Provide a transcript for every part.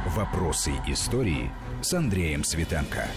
Вопросы истории с Андреем Светенко.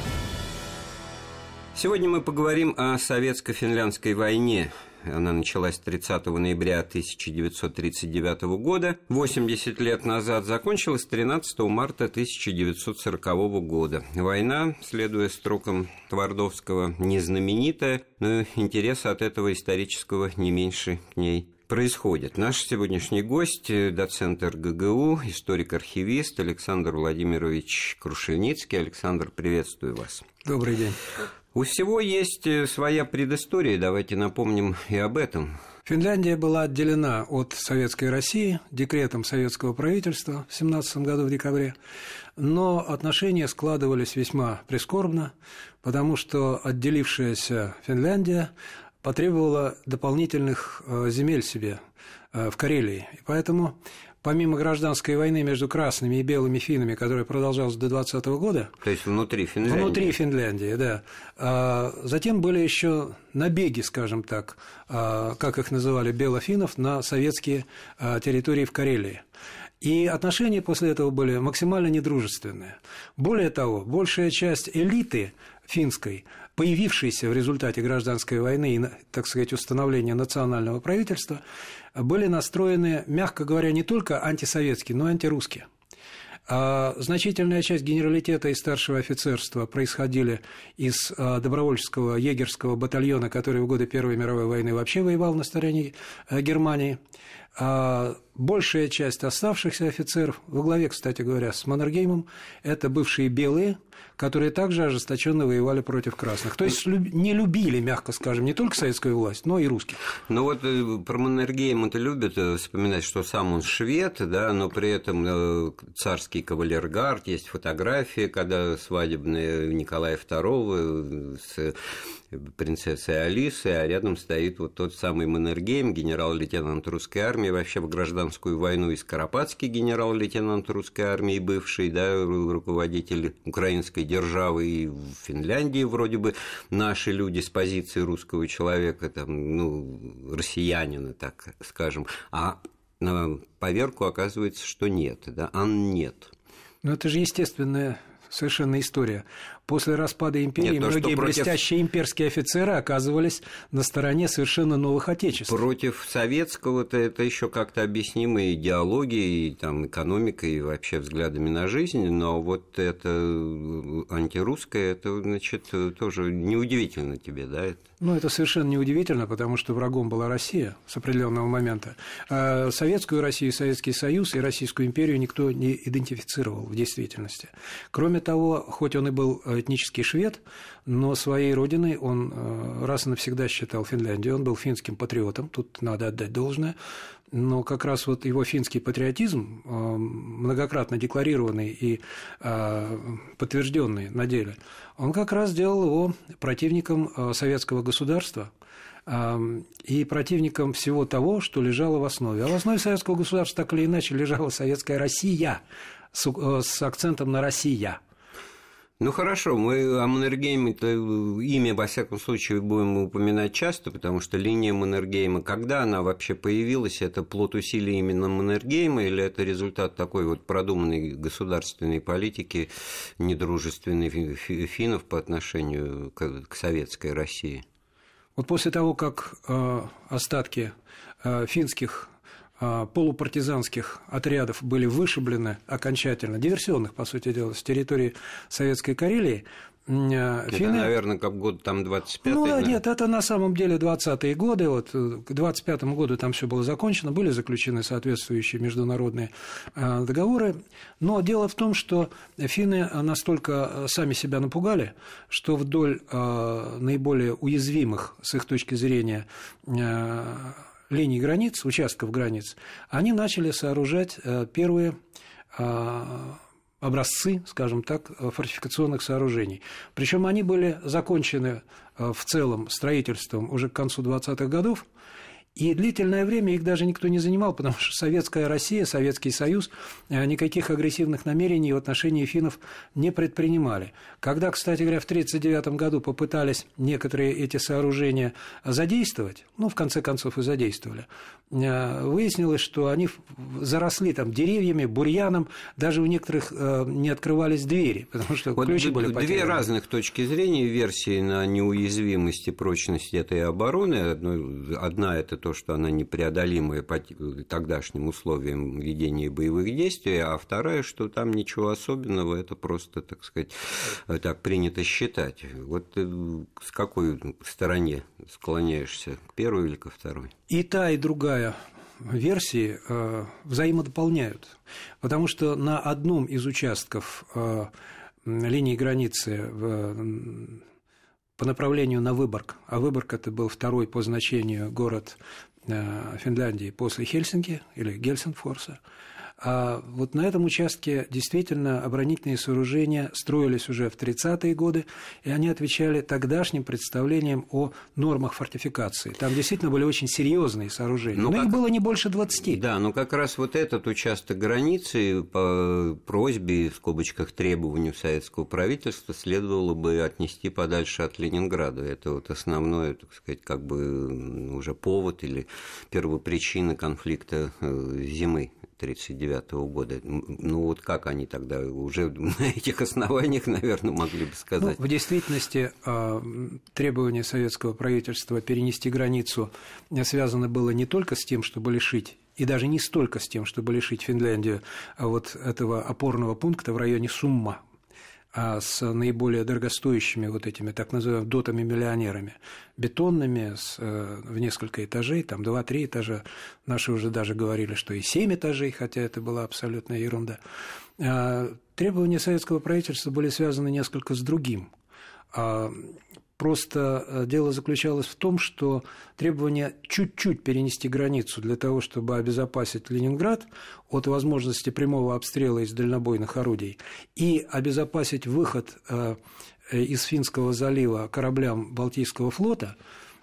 Сегодня мы поговорим о советско-финляндской войне. Она началась 30 ноября 1939 года, 80 лет назад, закончилась 13 марта 1940 года. Война, следуя строкам Твардовского, не знаменитая, но интереса от этого исторического не меньше к ней происходит. Наш сегодняшний гость, доцент РГГУ, историк-архивист Александр Владимирович Крушельницкий. Александр, приветствую вас. Добрый день. У всего есть своя предыстория, давайте напомним и об этом. Финляндия была отделена от Советской России декретом советского правительства в 1917 году в декабре, но отношения складывались весьма прискорбно, потому что отделившаяся Финляндия потребовала дополнительных земель себе в Карелии. И поэтому, помимо гражданской войны между красными и белыми финнами, которая продолжалась до 2020 года... То есть внутри Финляндии? Внутри Финляндии, да. Затем были еще набеги, скажем так, как их называли, белофиннов, на советские территории в Карелии. И отношения после этого были максимально недружественные. Более того, большая часть элиты финской, появившейся в результате гражданской войны и, так сказать, установления национального правительства, были настроены, мягко говоря, не только антисоветски, но и антирусски. Значительная часть генералитета и старшего офицерства происходили из добровольческого егерского батальона, который в годы Первой мировой войны вообще воевал на стороне Германии. Большая часть оставшихся офицеров, во главе, кстати говоря, с Маннергеймом, это бывшие белые, которые также ожесточенно воевали против красных. То есть не любили, мягко скажем, не только советскую власть, но и русских. Ну вот про Маннергейма-то любят вспоминать, что сам он швед, да, но при этом царский кавалергард, есть фотографии, когда свадебная Николая II с принцессой Алисой, а рядом стоит вот тот самый Маннергейм, генерал-лейтенант русской армии, вообще в гражданскую войну и Скоропадский, генерал-лейтенант русской армии, бывший, да, руководитель украинской державы, и в Финляндии вроде бы наши люди с позиции русского человека, там, ну, россиянина, так скажем, а на поверку оказывается, что нет, да, нет. Ну, это же естественная совершенно история. После распада империи многие блестящие имперские офицеры оказывались на стороне совершенно новых отечеств. Против советского-то это еще как-то объяснимо идеологией, там, экономикой и вообще взглядами на жизнь, но вот это антирусское, это, значит, тоже неудивительно тебе, да? Ну, это совершенно неудивительно, потому что врагом была Россия с определенного момента. А советскую Россию, Советский Союз и Российскую империю никто не идентифицировал в действительности. Кроме того, хоть он и был этнический швед, но своей родиной он раз и навсегда считал Финляндию. Он был финским патриотом, тут надо отдать должное. Но как раз вот его финский патриотизм, многократно декларированный и подтвержденный на деле, он как раз сделал его противником советского государства и противником всего того, что лежало в основе. А в основе советского государства так или иначе лежала советская Россия с акцентом на «Россия». Ну хорошо, мы о Маннергейме-то имя, во всяком случае, будем упоминать часто, потому что линия Маннергейма, когда она вообще появилась, это плод усилий именно Маннергейма или это результат такой вот продуманной государственной политики недружественной финнов по отношению к советской России? Вот после того, как остатки финских полупартизанских отрядов были вышиблены окончательно, диверсионных, по сути дела, с территории Советской Карелии, это, финны... наверное, как год там 25-й? Ну, нет, это на самом деле 20-е годы, вот к 25-му году там все было закончено, были заключены соответствующие международные договоры, но дело в том, что финны настолько сами себя напугали, что вдоль наиболее уязвимых, с их точки зрения, линий границ, участков границ, они начали сооружать первые образцы, скажем так, фортификационных сооружений. Причем они были закончены в целом строительством уже к концу 20-х годов, И длительное время их даже никто не занимал, потому что советская Россия, Советский Союз никаких агрессивных намерений в отношении финнов не предпринимали. Когда, кстати говоря, в 1939 году попытались некоторые эти сооружения задействовать, в конце концов и задействовали, выяснилось, что они заросли там деревьями, бурьяном, даже у некоторых не открывались двери, потому что ключи были потеряны. Две разных точки зрения, версии на неуязвимость и прочность этой обороны. Одна – это то, что она непреодолимая по тогдашним условиям ведения боевых действий, а вторая, что там ничего особенного, это просто, так сказать, так принято считать. Вот ты с какой стороне склоняешься, к первой или ко второй? И та, и другая версии взаимодополняют, потому что на одном из участков линии границы по направлению на Выборг, а Выборг – это был второй по значению город Финляндии после Хельсинки или Гельсингфорса. А вот на этом участке действительно оборонительные сооружения строились уже в 30-е годы, и они отвечали тогдашним представлениям о нормах фортификации. Там действительно были очень серьезные сооружения, но их было не больше 20. Да, но как раз вот этот участок границы по просьбе, в скобочках требованию советского правительства, следовало бы отнести подальше от Ленинграда. Это вот основной, так сказать, как бы уже повод или первопричина конфликта зимы 1939 года. Вот как они тогда уже на этих основаниях, наверное, могли бы сказать? В действительности требование советского правительства перенести границу связано было не только с тем, чтобы лишить, и даже не столько с тем, чтобы лишить Финляндию вот этого опорного пункта в районе Сумма, а с наиболее дорогостоящими вот этими так называемыми дотами-миллионерами, бетонными, в несколько этажей, там 2-3 этажа, наши уже даже говорили, что и 7 этажей, хотя это была абсолютная ерунда. Требования советского правительства были связаны несколько с другим. Просто дело заключалось в том, что требование чуть-чуть перенести границу для того, чтобы обезопасить Ленинград от возможности прямого обстрела из дальнобойных орудий и обезопасить выход из Финского залива кораблям Балтийского флота,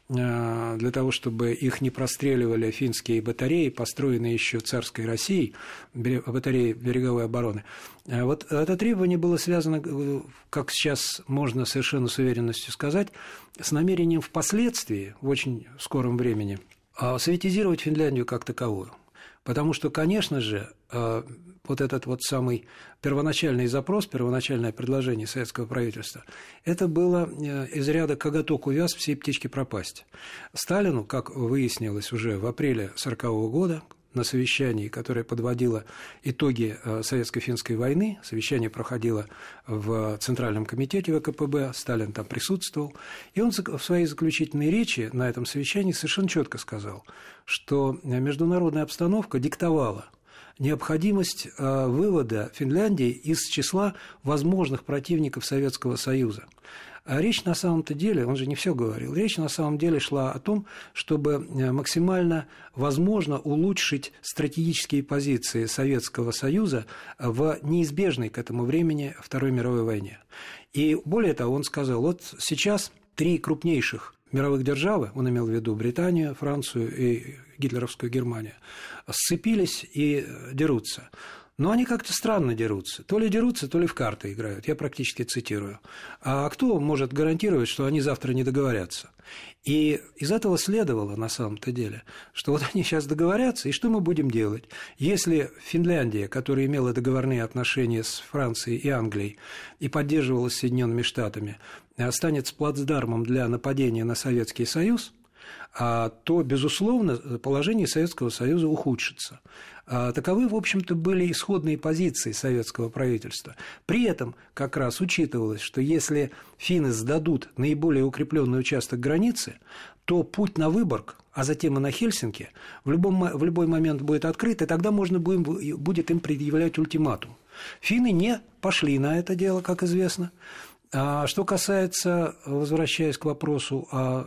для того, чтобы их не простреливали финские батареи, построенные еще царской Россией, батареи береговой обороны. Вот это требование было связано, как сейчас можно совершенно с уверенностью сказать, с намерением впоследствии, в очень скором времени, советизировать Финляндию как таковую. Потому что, конечно же, вот этот вот самый первоначальный запрос, первоначальное предложение советского правительства, это было из ряда «коготок увяз, всей птички пропасть». Сталину, как выяснилось уже в апреле 1940 года, на совещании, которое подводило итоги Советско-финской войны. Совещание проходило в Центральном комитете ВКПБ, Сталин там присутствовал. И он в своей заключительной речи на этом совещании совершенно четко сказал, что международная обстановка диктовала необходимость вывода Финляндии из числа возможных противников Советского Союза. А речь на самом-то деле, он же не все говорил, речь на самом деле шла о том, чтобы максимально возможно улучшить стратегические позиции Советского Союза в неизбежной к этому времени Второй мировой войне. И более того, он сказал, вот сейчас 3 крупнейших мировых державы, он имел в виду Британию, Францию и гитлеровскую Германию, сцепились и дерутся. Но они как-то странно дерутся. То ли в карты играют, я практически цитирую. А кто может гарантировать, что они завтра не договорятся? И из этого следовало, на самом-то деле, что вот они сейчас договорятся, и что мы будем делать? Если Финляндия, которая имела договорные отношения с Францией и Англией и поддерживалась Соединенными Штатами, останется плацдармом для нападения на Советский Союз, то, безусловно, положение Советского Союза ухудшится. Таковы, в общем-то, были исходные позиции советского правительства. При этом как раз учитывалось, что если финны сдадут наиболее укрепленный участок границы, то путь на Выборг, а затем и на Хельсинки, в любой момент будет открыт, и тогда можно будет им предъявлять ультиматум. Финны не пошли на это дело, как известно. А что касается, возвращаясь к вопросу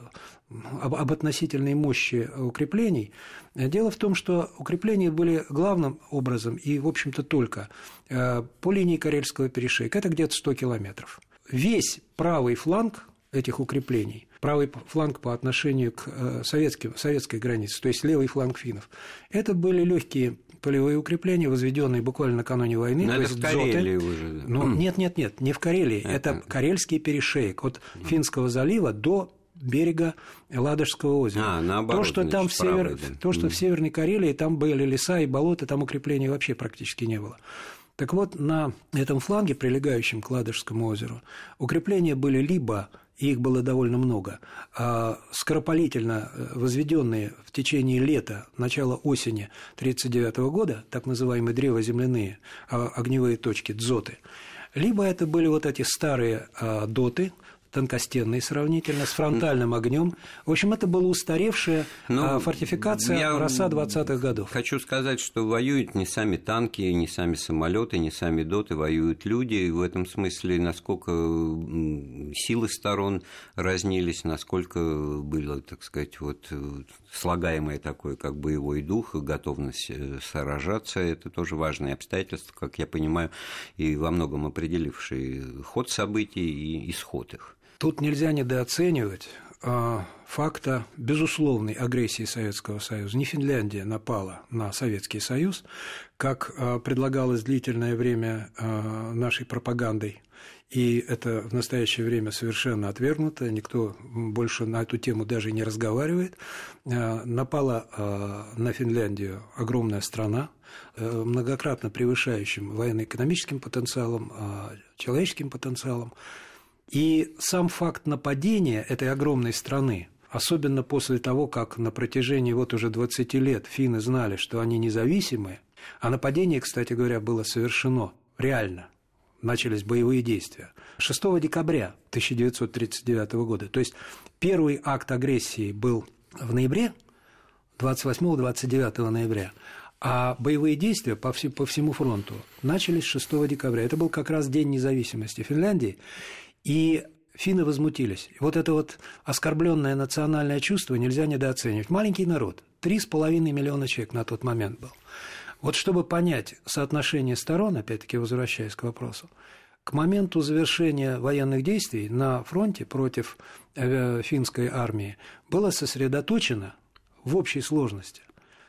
об относительной мощи укреплений, дело в том, что укрепления были главным образом и, в общем-то, только по линии Карельского перешейка, это где-то 100 километров. Весь правый фланг этих укреплений, правый фланг по отношению к советской границе, то есть левый фланг финнов, это были легкие полевые укрепления, возведенные буквально накануне войны. Но то это есть в Карелии уже. Ну, нет, не в Карелии. Это Карельский перешеек от Финского залива до берега Ладожского озера. Наоборот, то, что там в Северной Карелии, там были леса и болота, там укреплений вообще практически не было. Так вот, на этом фланге, прилегающем к Ладожскому озеру, укрепления были либо, и их было довольно много, скоропалительно возведенные в течение лета, начала осени 1939 года, так называемые древоземляные огневые точки, дзоты, либо это были вот эти старые доты, тонкостенные сравнительно, с фронтальным огнем. В общем, это была устаревшая фортификация образца 20-х годов. Хочу сказать, что воюют не сами танки, не сами самолеты, не сами доты, воюют люди. И в этом смысле, насколько силы сторон разнились, насколько было, так сказать, вот слагаемое такое, как боевой дух, готовность сражаться, это тоже важные обстоятельства, как я понимаю, и во многом определившие ход событий и исход их. Тут нельзя недооценивать факта безусловной агрессии Советского Союза. Не Финляндия напала на Советский Союз, как предлагалось длительное время нашей пропагандой, и это в настоящее время совершенно отвергнуто, никто больше на эту тему даже не разговаривает. Напала на Финляндию огромная страна, многократно превышающим военно-экономическим потенциалом, человеческим потенциалом. И сам факт нападения этой огромной страны, особенно после того, как на протяжении вот уже 20 лет финны знали, что они независимые, а нападение, кстати говоря, было совершено реально, начались боевые действия, 6 декабря 1939 года. То есть первый акт агрессии был в ноябре, 28-29 ноября, а боевые действия по всему фронту начались 6 декабря. Это был как раз День независимости Финляндии. И финны возмутились. И вот это вот оскорбленное национальное чувство нельзя недооценивать. Маленький народ, 3,5 миллиона человек на тот момент был. Вот чтобы понять соотношение сторон, опять-таки возвращаясь к вопросу, к моменту завершения военных действий на фронте против финской армии было сосредоточено в общей сложности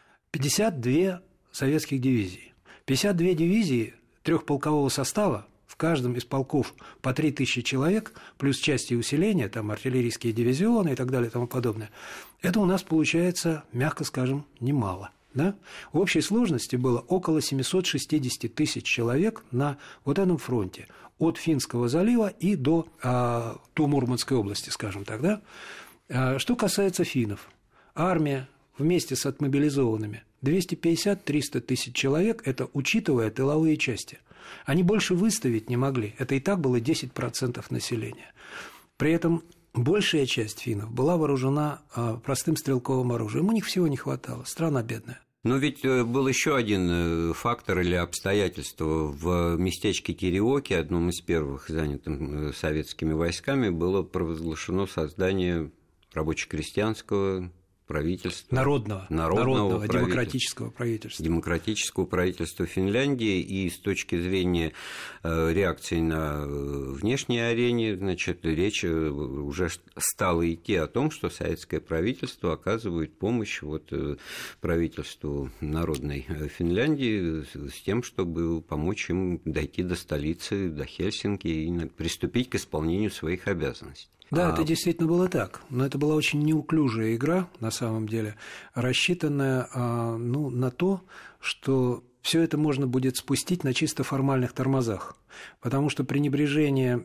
52 советских дивизии. 52 дивизии трехполкового состава, в каждом из полков по 3000 человек, плюс части усиления, там артиллерийские дивизионы и так далее и тому подобное, это у нас получается, мягко скажем, немало. Да? В общей сложности было около 760 тысяч человек на вот этом фронте, от Финского залива и до Мурманской области, скажем так. Да? Что касается финнов, армия вместе с отмобилизованными 250-300 тысяч человек, это учитывая тыловые части. Они больше выставить не могли. Это и так было 10% населения. При этом большая часть финнов была вооружена простым стрелковым оружием. У них всего не хватало. Страна бедная. Но ведь был еще один фактор или обстоятельство. В местечке Тереоки, одном из первых занятым советскими войсками, было провозглашено создание рабоче-крестьянского правительства. Народного демократического правительства. Демократического правительства Финляндии. И с точки зрения реакции на внешней арене, значит, речь уже стала идти о том, что советское правительство оказывает помощь вот правительству Народной Финляндии с тем, чтобы помочь им дойти до столицы, до Хельсинки и приступить к исполнению своих обязанностей. Да, это действительно было так, но это была очень неуклюжая игра, на самом деле, рассчитанная на то, что все это можно будет спустить на чисто формальных тормозах, потому что пренебрежение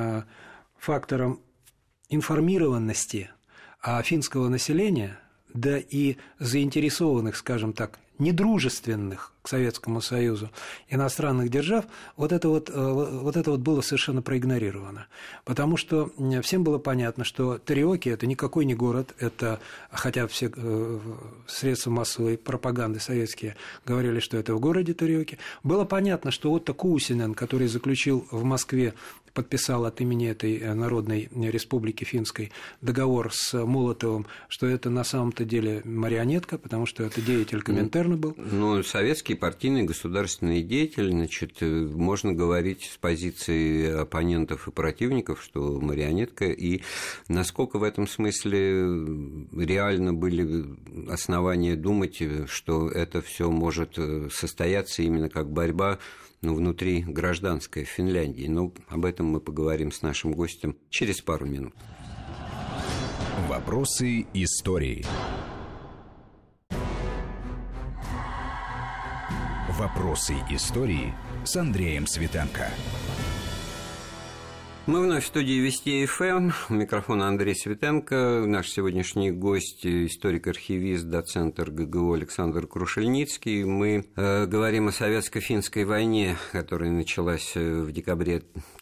фактором информированности финского населения, да и заинтересованных, скажем так, недружественных к Советскому Союзу иностранных держав, вот это вот было совершенно проигнорировано. Потому что всем было понятно, что Тереоки – это никакой не город, это, хотя все средства массовой пропаганды советские говорили, что это в городе Тереоки, было понятно, что Отто Куусинен, который заключил в Москве, подписал от имени этой Народной Республики Финской договор с Молотовым, что это на самом-то деле марионетка, потому что это деятель Коминтерна, наверное, был. Ну, советский партийный государственный деятель, значит, можно говорить с позиции оппонентов и противников, что марионетка, и насколько в этом смысле реально были основания думать, что это все может состояться именно как борьба внутри гражданской Финляндии. Но об этом мы поговорим с нашим гостем через пару минут. Вопросы истории. Вопросы истории с Андреем Светенко. Мы вновь в студии Вести ФМ. Микрофон Андрей Светенко. Наш сегодняшний гость, историк-архивист, доцент РГГУ Александр Крушельницкий. Мы говорим о советско-финской войне, которая началась в декабре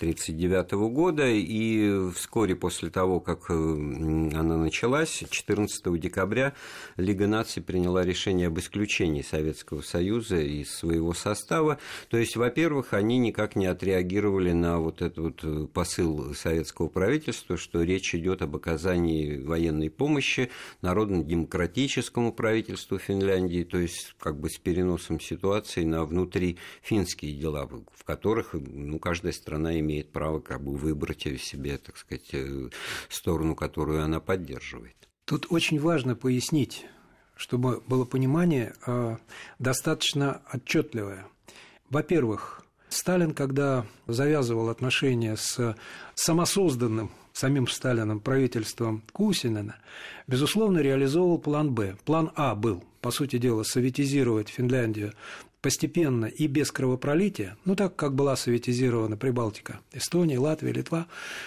1939 года. И вскоре после того, как она началась, 14 декабря, Лига наций приняла решение об исключении Советского Союза из своего состава. То есть, во-первых, они никак не отреагировали на вот этот вот посыл советского правительства, что речь идет об оказании военной помощи народно-демократическому правительству Финляндии, то есть как бы с переносом ситуации на внутрифинские дела, в которых каждая страна имеет право как бы выбрать себе, так сказать, сторону, которую она поддерживает. Тут очень важно пояснить, чтобы было понимание достаточно отчетливое. Во-первых, Сталин, когда завязывал отношения с самосозданным самим Сталином правительством Кусинена, безусловно, реализовывал план «Б». План А был, по сути дела, советизировать Финляндию постепенно и без кровопролития, так как была советизирована Прибалтика, Эстония, Латвия, Литва.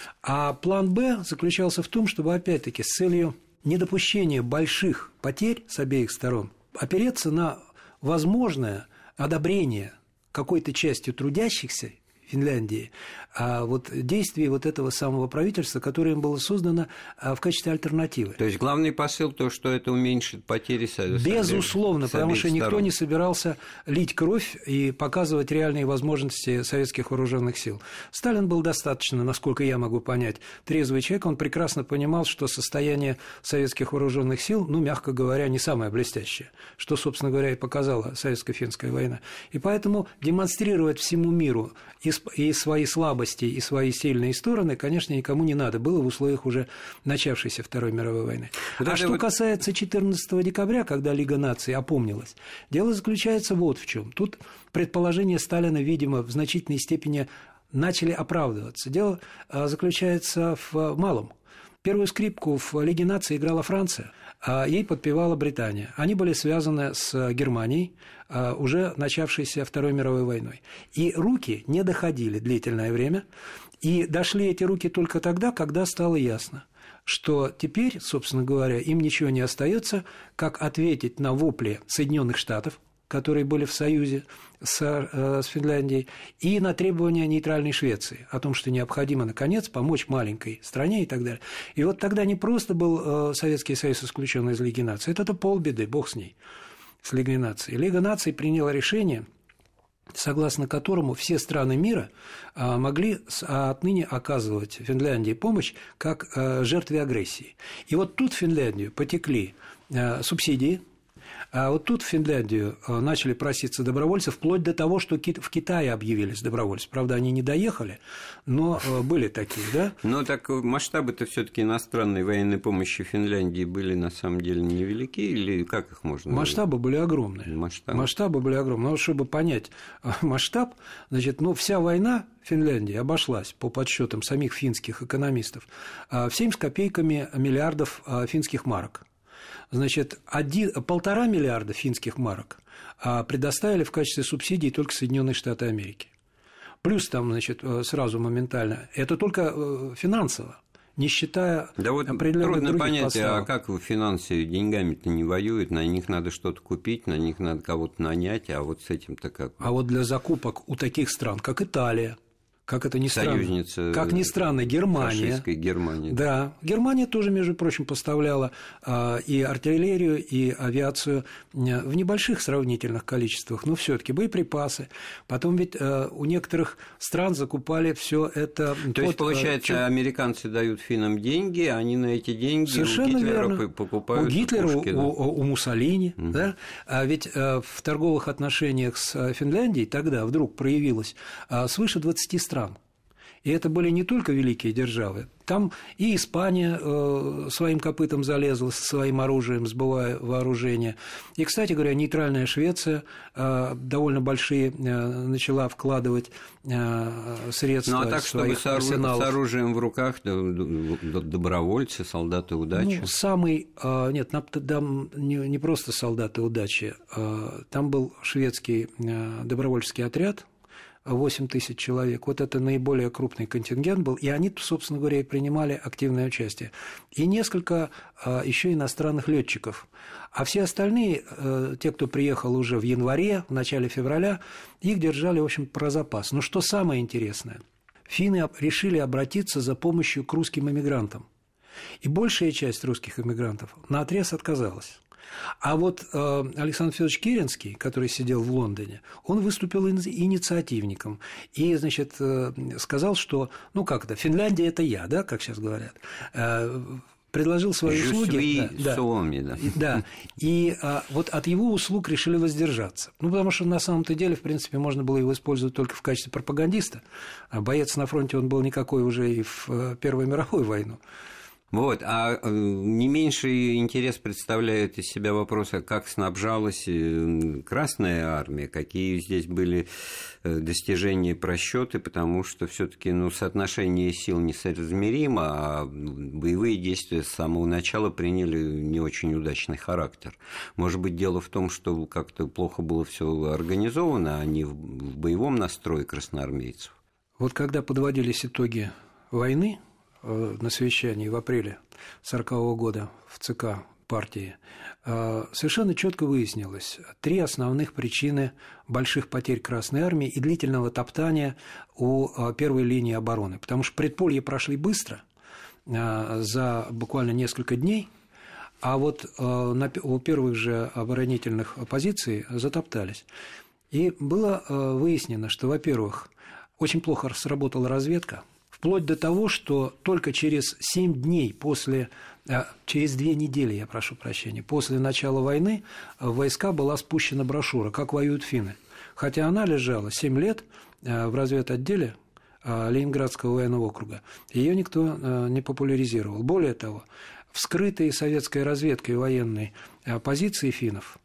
А план «Б» заключался в том, чтобы, опять-таки, с целью недопущения больших потерь с обеих сторон опереться на возможное одобрение какой-то частью трудящихся Финляндии действий этого самого правительства, которое им было создано в качестве альтернативы. То есть главный посыл то, что это уменьшит потери безусловно, потому что никто не собирался лить кровь и показывать реальные возможности советских вооруженных сил. Сталин был достаточно, насколько я могу понять, трезвый человек, он прекрасно понимал, что состояние советских вооруженных сил, мягко говоря, не самое блестящее, что, собственно говоря, и показала советско-финская война. И поэтому демонстрировать всему миру и свои слабости, и свои сильные стороны, конечно, никому не надо было в условиях уже начавшейся Второй мировой войны. Что касается 14 декабря, когда Лига наций опомнилась, дело заключается вот в чем. Тут предположения Сталина, видимо, в значительной степени начали оправдываться. Дело заключается в малом. Первую скрипку в Лиге наций играла Франция, а ей подпевала Британия. Они были связаны с Германией, уже начавшейся Второй мировой войной. И руки не доходили длительное время, и дошли эти руки только тогда, когда стало ясно, что теперь, собственно говоря, им ничего не остается, как ответить на вопли Соединенных Штатов, которые были в союзе с Финляндией, и на требования нейтральной Швеции о том, что необходимо, наконец, помочь маленькой стране и так далее. И вот тогда не просто был Советский Союз исключен из Лиги наций, это полбеды, бог с ней, с Лигой наций. Лига наций приняла решение, согласно которому все страны мира могли отныне оказывать Финляндии помощь как жертве агрессии. И вот тут в Финляндию потекли субсидии, а вот тут в Финляндию начали проситься добровольцы, вплоть до того, что в Китае объявились добровольцы. Правда, они не доехали, но были такие, да? Но так масштабы-то все-таки иностранной военной помощи Финляндии были на самом деле невелики, или как их можно? Масштабы были огромные. Масштабы были огромные. Но чтобы понять масштаб, значит, вся война в Финляндии обошлась, по подсчетам самих финских экономистов, в 7 с копейками миллиардов финских марок. Значит, 1,5 миллиарда финских марок предоставили в качестве субсидий только Соединенные Штаты Америки. Плюс там, значит, сразу моментально, это только финансово, не считая определенных других понять, поставок. А как финансы деньгами-то не воюют, на них надо что-то купить, на них надо кого-то нанять, а вот с этим-то как? А вот для закупок у таких стран, как Италия, как это ни странно, союзница, как ни странно, Германия. Фашистской Германии. Да, Германия тоже, между прочим, поставляла и артиллерию, и авиацию в небольших сравнительных количествах, но все-таки боеприпасы. Потом ведь у некоторых стран закупали все это. То есть, получается, американцы дают финнам деньги, они на эти деньги совершенно у Гитлера верно. покупают у Гитлера, пушки, у Муссолини. Да? А ведь в торговых отношениях с Финляндией тогда вдруг проявилось свыше 20 стран. И это были не только великие державы. Там и Испания своим копытом залезла со своим оружием, сбывая вооружение. И, кстати говоря, нейтральная Швеция довольно большие начала вкладывать средства. Ну, а так, чтобы с оружием в руках добровольцы, солдаты удачи? Ну, нет, там не просто солдаты удачи. Там был шведский добровольческий отряд, 8 тысяч человек. Вот это наиболее крупный контингент был, и они, собственно говоря, и принимали активное участие. И несколько еще иностранных летчиков. А все остальные, те, кто приехал уже в январе, в начале февраля, их держали, в общем, про запас. Но что самое интересное, финны решили обратиться за помощью к русским эмигрантам. И большая часть русских эмигрантов наотрез отказалась. А вот Александр Федорович Керенский, который сидел в Лондоне, он выступил инициативником и, значит, сказал, что, ну как это, Финляндия – это я, да, как сейчас говорят, предложил свои услуги. Да. И вот от его услуг решили воздержаться. Ну, потому что на самом-то деле, в принципе, можно было его использовать только в качестве пропагандиста. А боец на фронте он был никакой уже и в Первую мировую войну. Вот, а не меньший интерес представляет из себя вопрос, как снабжалась Красная Армия, какие здесь были достижения и просчеты, потому что все-таки соотношение сил несоизмеримо, а боевые действия с самого начала приняли не очень удачный характер. Может быть, дело в том, что как-то плохо было все организовано, а не в боевом настрое красноармейцев. Вот когда подводились итоги войны, на совещании в апреле 1940 года в ЦК партии, совершенно четко выяснилось 3 основных причины больших потерь Красной Армии и длительного топтания у первой линии обороны. Потому что предполье прошли быстро, за буквально несколько дней, а вот у первых же оборонительных позиций затоптались. И было выяснено, что, во-первых, очень плохо сработала разведка, вплоть до того, что только через 7 дней через 2 недели, я прошу прощения, после начала войны в войска была спущена брошюра «Как воюют финны». Хотя она лежала 7 лет в разведотделе Ленинградского военного округа, ее никто не популяризировал. Более того, вскрытые советской разведкой военной позиции финнов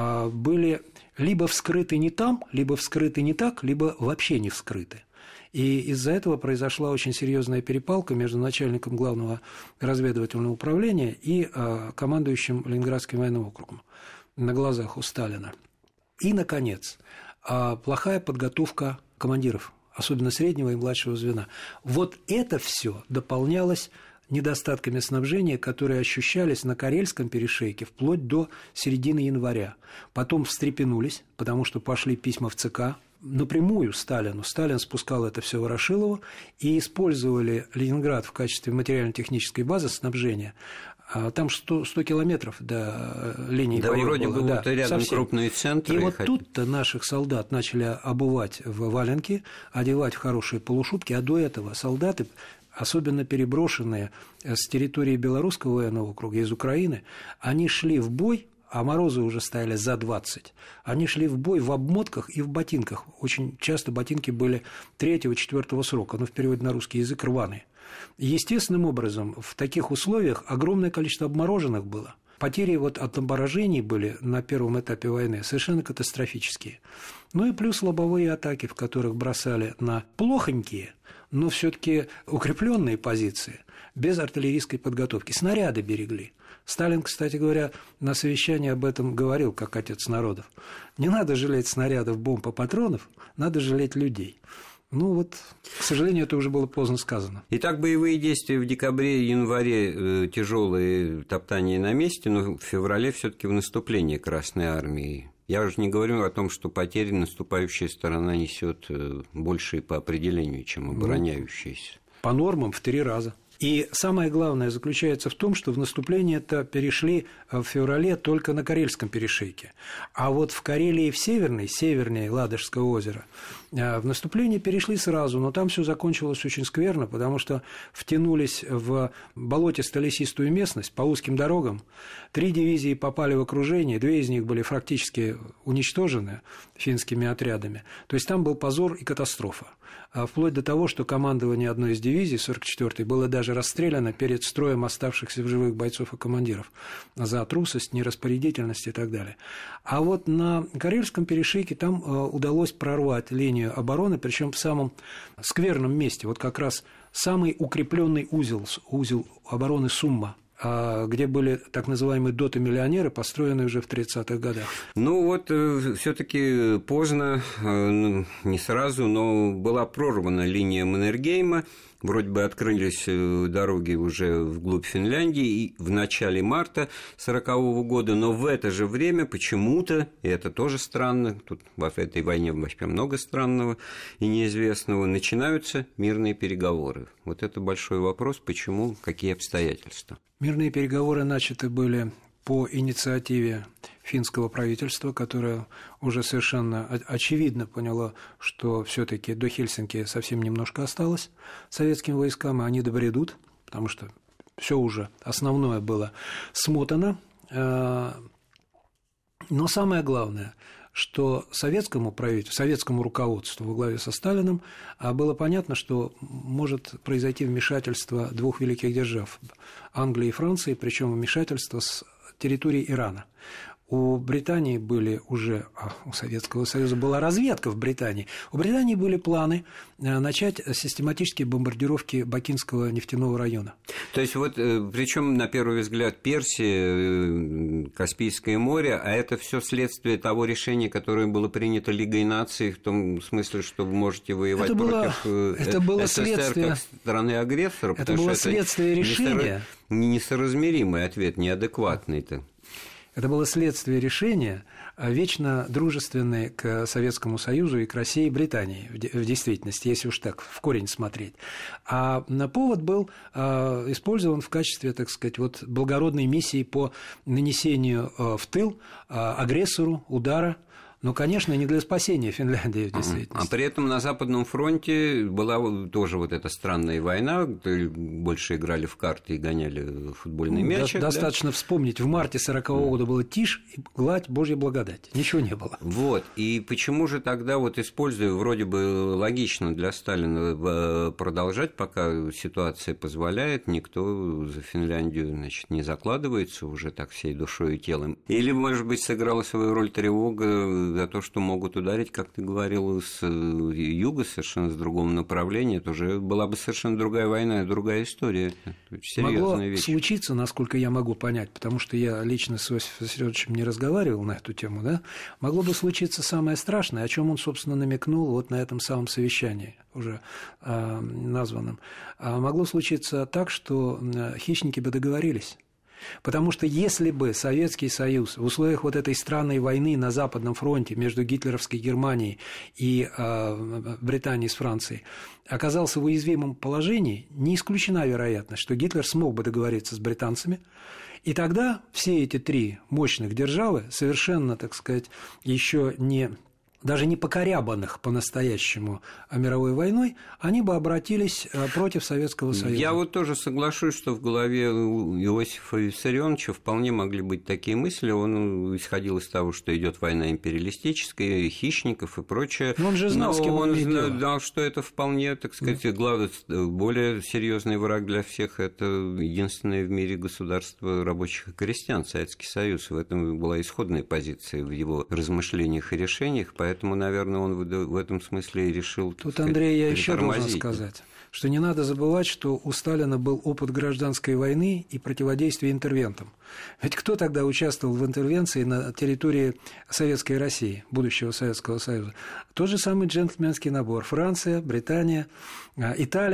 были либо вскрыты не там, либо вскрыты не так, либо вообще не вскрыты. И из-за этого произошла очень серьезная перепалка между начальником главного разведывательного управления и командующим Ленинградским военным округом на глазах у Сталина. И, наконец, плохая подготовка командиров, особенно среднего и младшего звена. Вот это все дополнялось недостатками снабжения, которые ощущались на Карельском перешейке вплоть до середины января. Потом встрепенулись, потому что пошли письма в ЦК напрямую Сталину. Сталин спускал это все в Ворошилову и использовали Ленинград в качестве материально-технической базы снабжения. Там 100 километров до линии боев вроде было. бы вот рядом совсем. Крупные центры. И вот тут-то наших солдат начали обувать в валенки, одевать в хорошие полушубки, а до этого солдаты, особенно переброшенные с территории Белорусского военного округа, из Украины, они шли в бой, а морозы уже стояли за 20, они шли в бой в обмотках и в ботинках. Очень часто ботинки были 3-4 срока, но в переводе на русский язык рваные. Естественным образом, в таких условиях огромное количество обмороженных было. Потери от обморожений были на первом этапе войны совершенно катастрофические. Ну и плюс лобовые атаки, в которых бросали на плохонькие, но все-таки укрепленные позиции, без артиллерийской подготовки. Снаряды берегли. Сталин, кстати говоря, на совещании об этом говорил, как отец народов. Не надо жалеть снарядов, бомб и патронов, надо жалеть людей. Ну вот, к сожалению, это уже было поздно сказано. Итак, боевые действия в декабре и январе тяжелые топтания на месте, но в феврале все-таки в наступлении Красной Армии Я уже не говорю о том, что потери наступающая сторона несет больше по определению, чем обороняющаяся. По нормам в 3 раза. И самое главное заключается в том, что в наступление-то перешли в феврале только на Карельском перешейке. А вот в Карелии севернее Ладожского озера, в наступление перешли сразу, но там все закончилось очень скверно, потому что втянулись в болотисто-лесистую местность по узким дорогам. 3 дивизии попали в окружение, 2 из них были практически уничтожены финскими отрядами. То есть там был позор и катастрофа. Вплоть до того, что командование одной из дивизий, 44-й, было даже расстреляно перед строем оставшихся в живых бойцов и командиров за трусость, нераспорядительность и так далее. А вот на Карельском перешейке там удалось прорвать линию обороны, причем в самом скверном месте, вот как раз самый укрепленный узел обороны Сумма, где были так называемые доты-миллионеры, построенные уже в 30-х годах. Ну вот, все-таки поздно, не сразу, но была прорвана линия Маннергейма. Вроде бы открылись дороги уже вглубь Финляндии и в начале марта 1940 года, но в это же время почему-то, и это тоже странно, тут в этой войне вообще много странного и неизвестного, начинаются мирные переговоры. Вот это большой вопрос, почему, какие обстоятельства. Мирные переговоры начаты были по инициативе финского правительства, которое уже совершенно очевидно поняло, что все-таки до Хельсинки совсем немножко осталось советским войскам, и они добредут, потому что все уже основное было смотано. Но самое главное, что советскому правительству, советскому руководству во главе со Сталиным было понятно, что может произойти вмешательство 2 великих держав – Англии и Франции, причем вмешательство с территории Ирана. У Британии были уже, у Советского Союза была разведка в Британии. У Британии были планы начать систематические бомбардировки Бакинского нефтяного района. То есть вот, причем на первый взгляд Персия, Каспийское море, а это все следствие того решения, которое было принято Лигой наций, в том смысле, что вы можете воевать против СССР как страны-агрессора. Это было следствие решения. Несоразмеримый ответ, неадекватный-то. Это было следствие решения, вечно дружественной к Советскому Союзу и к России и Британии, в действительности, если уж так в корень смотреть. А повод был использован в качестве, так сказать, вот благородной миссии по нанесению в тыл агрессору удара. Ну, конечно, не для спасения Финляндии в действительности. А при этом на Западном фронте была тоже вот эта странная война, больше играли в карты и гоняли футбольный мяч. Достаточно вспомнить, в марте 1940 года было тишь и гладь Божьей благодати, ничего не было. Вот, и почему же тогда, вот используя, вроде бы логично для Сталина продолжать, пока ситуация позволяет, никто за Финляндию, значит, не закладывается уже так всей душой и телом. Или, может быть, сыграла свою роль тревога за то, что могут ударить, как ты говорил, с юга, совершенно с другого направления, это уже была бы совершенно другая война и другая история. Серьезная вещь. Могло случиться, насколько я могу понять, потому что я лично с Иосифом Виссарионовичем не разговаривал на эту тему, да? Могло бы случиться самое страшное, о чем он, собственно, намекнул вот на этом самом совещании, уже названном. Могло случиться так, что хищники бы договорились. Потому что если бы Советский Союз в условиях вот этой странной войны на Западном фронте между гитлеровской Германией и Британией с Францией оказался в уязвимом положении, не исключена вероятность, что Гитлер смог бы договориться с британцами, и тогда все эти 3 мощных державы, совершенно, так сказать, еще даже не покорябанных по-настоящему мировой войной, они бы обратились против Советского Союза. Я вот тоже соглашусь, что в голове у Иосифа Виссарионовича вполне могли быть такие мысли. Он исходил из того, что идет война империалистическая, хищников и прочее. Но он же знал, с кем он знал, что это вполне, так сказать, главный, более серьезный враг для всех – это единственное в мире государство рабочих и крестьян, Советский Союз. В этом была исходная позиция в его размышлениях и решениях. Поэтому, наверное, он в этом смысле и решил... Тут, Андрей, я еще должен сказать, что не надо забывать, что у Сталина был опыт гражданской войны и противодействия интервентам. Ведь кто тогда участвовал в интервенции на территории Советской России, будущего Советского Союза? Тот же самый джентльменский набор. Франция, Британия, Италия,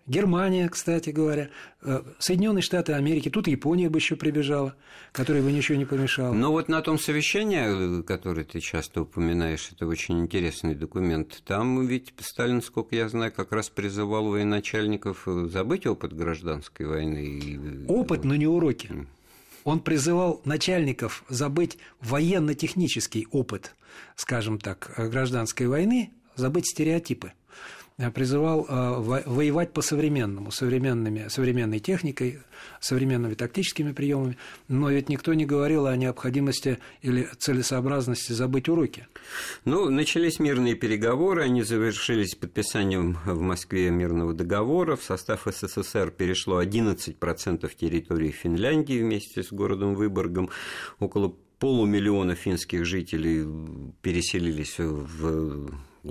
Германия, кстати говоря, Соединенные Штаты Америки, тут Япония бы еще прибежала, которой бы ничего не помешало. Ну вот на том совещании, которое ты часто упоминаешь, это очень интересный документ, там ведь Сталин, сколько я знаю, как раз призывал военачальников забыть опыт гражданской войны. Опыт, но не уроки. Он призывал начальников забыть военно-технический опыт, скажем так, гражданской войны, забыть стереотипы. Призывал воевать по-современному, современной техникой, современными тактическими приемами, но ведь никто не говорил о необходимости или целесообразности забыть уроки. Ну, начались мирные переговоры, они завершились подписанием в Москве мирного договора. В состав СССР перешло 11% территории Финляндии вместе с городом Выборгом. Около 500 000 финских жителей переселились в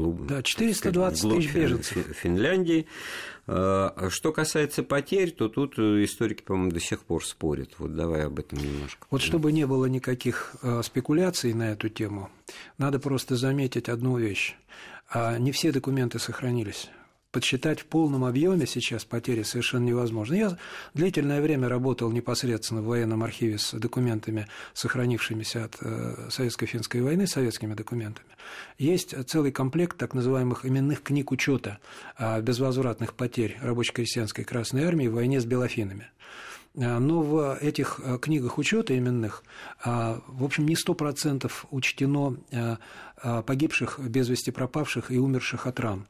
420 тысяч беженцев Финляндии. Что касается потерь, то тут историки, по-моему, до сих пор спорят. Вот давай об этом немножко. Вот чтобы не было никаких спекуляций на эту тему, надо просто заметить одну вещь. Не все документы сохранились. Подсчитать в полном объеме сейчас потери совершенно невозможно. Я длительное время работал непосредственно в военном архиве с документами, сохранившимися от Советско-финской войны, советскими документами. Есть целый комплект так называемых именных книг учета безвозвратных потерь рабоче-крестьянской Красной Армии в войне с белофинами. Но в этих книгах учета именных, в общем, не 100% учтено погибших, без вести пропавших и умерших от ран.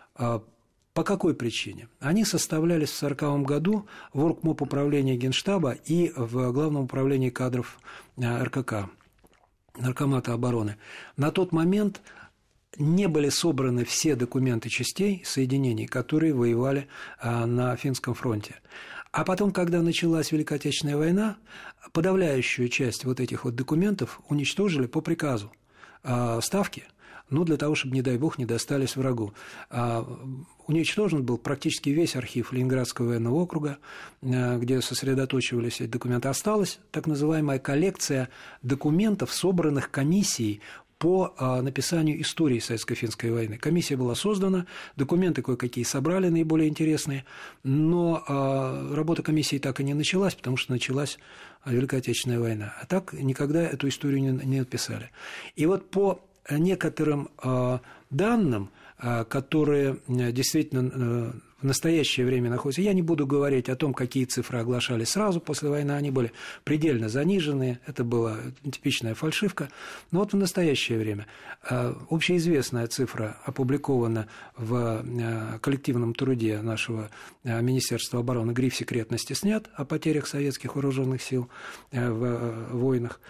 По какой причине? Они составлялись в 1940 году в Оргмоб управления Генштаба и в Главном управлении кадров РКК, Наркомата обороны. На тот момент не были собраны все документы частей, соединений, которые воевали на Финском фронте. А потом, когда началась Великая Отечественная война, подавляющую часть вот этих вот документов уничтожили по приказу Ставки, для того, чтобы, не дай бог, не достались врагу. Уничтожен был практически весь архив Ленинградского военного округа, где сосредоточивались эти документы. Осталась так называемая коллекция документов, собранных комиссией по написанию истории Советско-финской войны. Комиссия была создана, документы кое-какие собрали, наиболее интересные, но работа комиссии так и не началась, потому что началась Великая Отечественная война. А так никогда эту историю не написали. И вот по некоторым данным, которые действительно в настоящее время находятся. Я не буду говорить о том, какие цифры оглашали сразу после войны, они были предельно заниженные, это была типичная фальшивка. Но вот в настоящее время общеизвестная цифра опубликована в коллективном труде нашего Министерства обороны, гриф секретности снят о потерях советских вооруженных сил в войнах.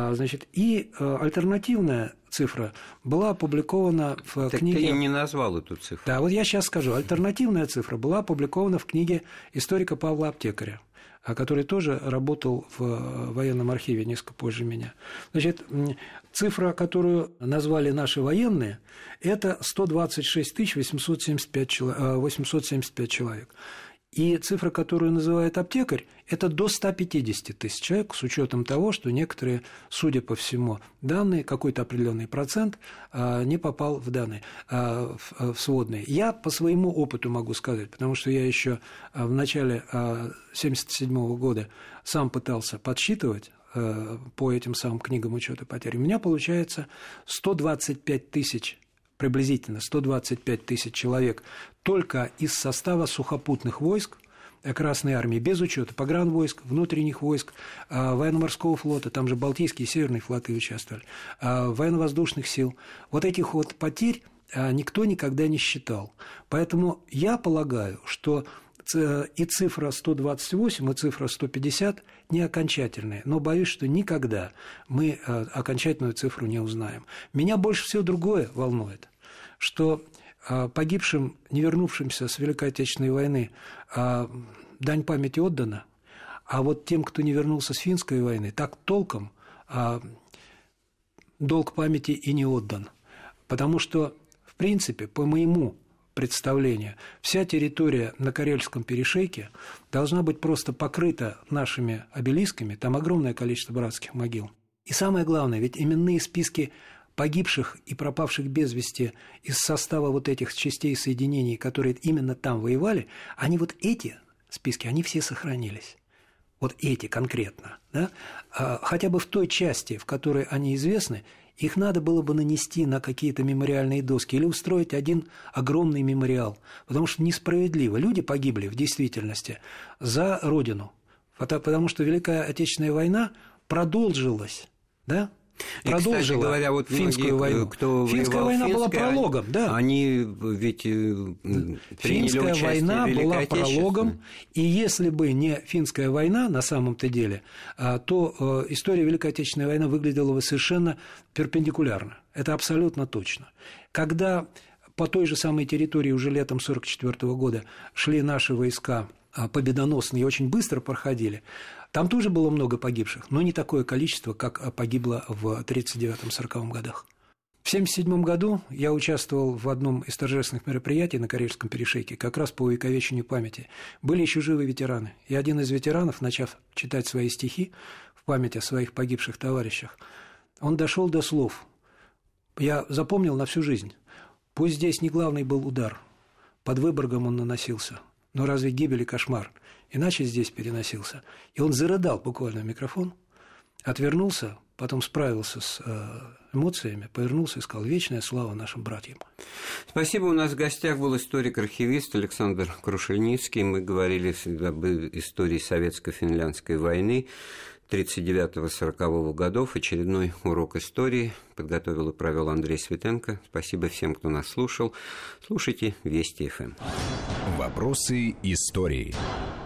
И альтернативная цифра была опубликована в книге... Ты не назвал эту цифру. Да, вот я сейчас скажу. Альтернативная цифра была опубликована в книге историка Павла Аптекаря, который тоже работал в военном архиве несколько позже меня. Цифра, которую назвали наши военные, это 126 875 человек. И цифра, которую называет аптекарь, это до 150 тысяч человек, с учетом того, что некоторые, судя по всему, данные, какой-то определенный процент не попал в данные, в сводные. Я по своему опыту могу сказать, потому что я еще в начале 1977 года сам пытался подсчитывать по этим самым книгам учета потерь. У меня получается 125 тысяч. Приблизительно 125 тысяч человек только из состава сухопутных войск Красной Армии, без учета погранвойск, внутренних войск, военно-морского флота, там же Балтийские и Северные флоты участвовали, военно-воздушных сил. Вот этих вот потерь никто никогда не считал. Поэтому я полагаю, что и цифра 128, и цифра 150 не окончательные, но боюсь, что никогда мы окончательную цифру не узнаем. Меня больше всего другое волнует, что погибшим, не вернувшимся с Великой Отечественной войны, дань памяти отдана, а вот тем, кто не вернулся с Финской войны, так толком долг памяти и не отдан. Потому что, в принципе, по моему представлению, вся территория на Карельском перешейке должна быть просто покрыта нашими обелисками, там огромное количество братских могил. И самое главное, ведь именные списки погибших и пропавших без вести из состава вот этих частей соединений, которые именно там воевали, они вот эти списки, они все сохранились. Вот эти конкретно, да? Хотя бы в той части, в которой они известны, их надо было бы нанести на какие-то мемориальные доски или устроить один огромный мемориал, потому что несправедливо. Люди погибли в действительности за Родину, потому что Великая Отечественная война продолжилась, да? Продолжила, кстати говоря, вот финскую войну. Финская война была прологом, да. Они ведь приняли Финская война была прологом, и если бы не финская война на самом-то деле, то история Великой Отечественной войны выглядела бы совершенно перпендикулярно. Это абсолютно точно. Когда по той же самой территории уже летом 1944 года шли наши войска победоносные и очень быстро проходили, там тоже было много погибших, но не такое количество, как погибло в 1939-1940 годах. В 1977 году я участвовал в одном из торжественных мероприятий на Карельском перешейке, как раз по увековечению памяти. Были еще живы ветераны, и один из ветеранов, начав читать свои стихи в память о своих погибших товарищах, он дошел до слов. Я запомнил на всю жизнь. Пусть здесь не главный был удар, под Выборгом он наносился, но разве гибель и кошмар иначе здесь переносился? И он зарыдал буквально в микрофон, отвернулся, потом справился с эмоциями, повернулся и сказал: «Вечная слава нашим братьям». Спасибо. У нас в гостях был историк-архивист Александр Крушельницкий. Мы говорили об истории советско-финляндской войны 1939-1940 годов. Очередной урок истории подготовил и провел Андрей Светенко. Спасибо всем, кто нас слушал. Слушайте Вести ФМ. Вопросы истории.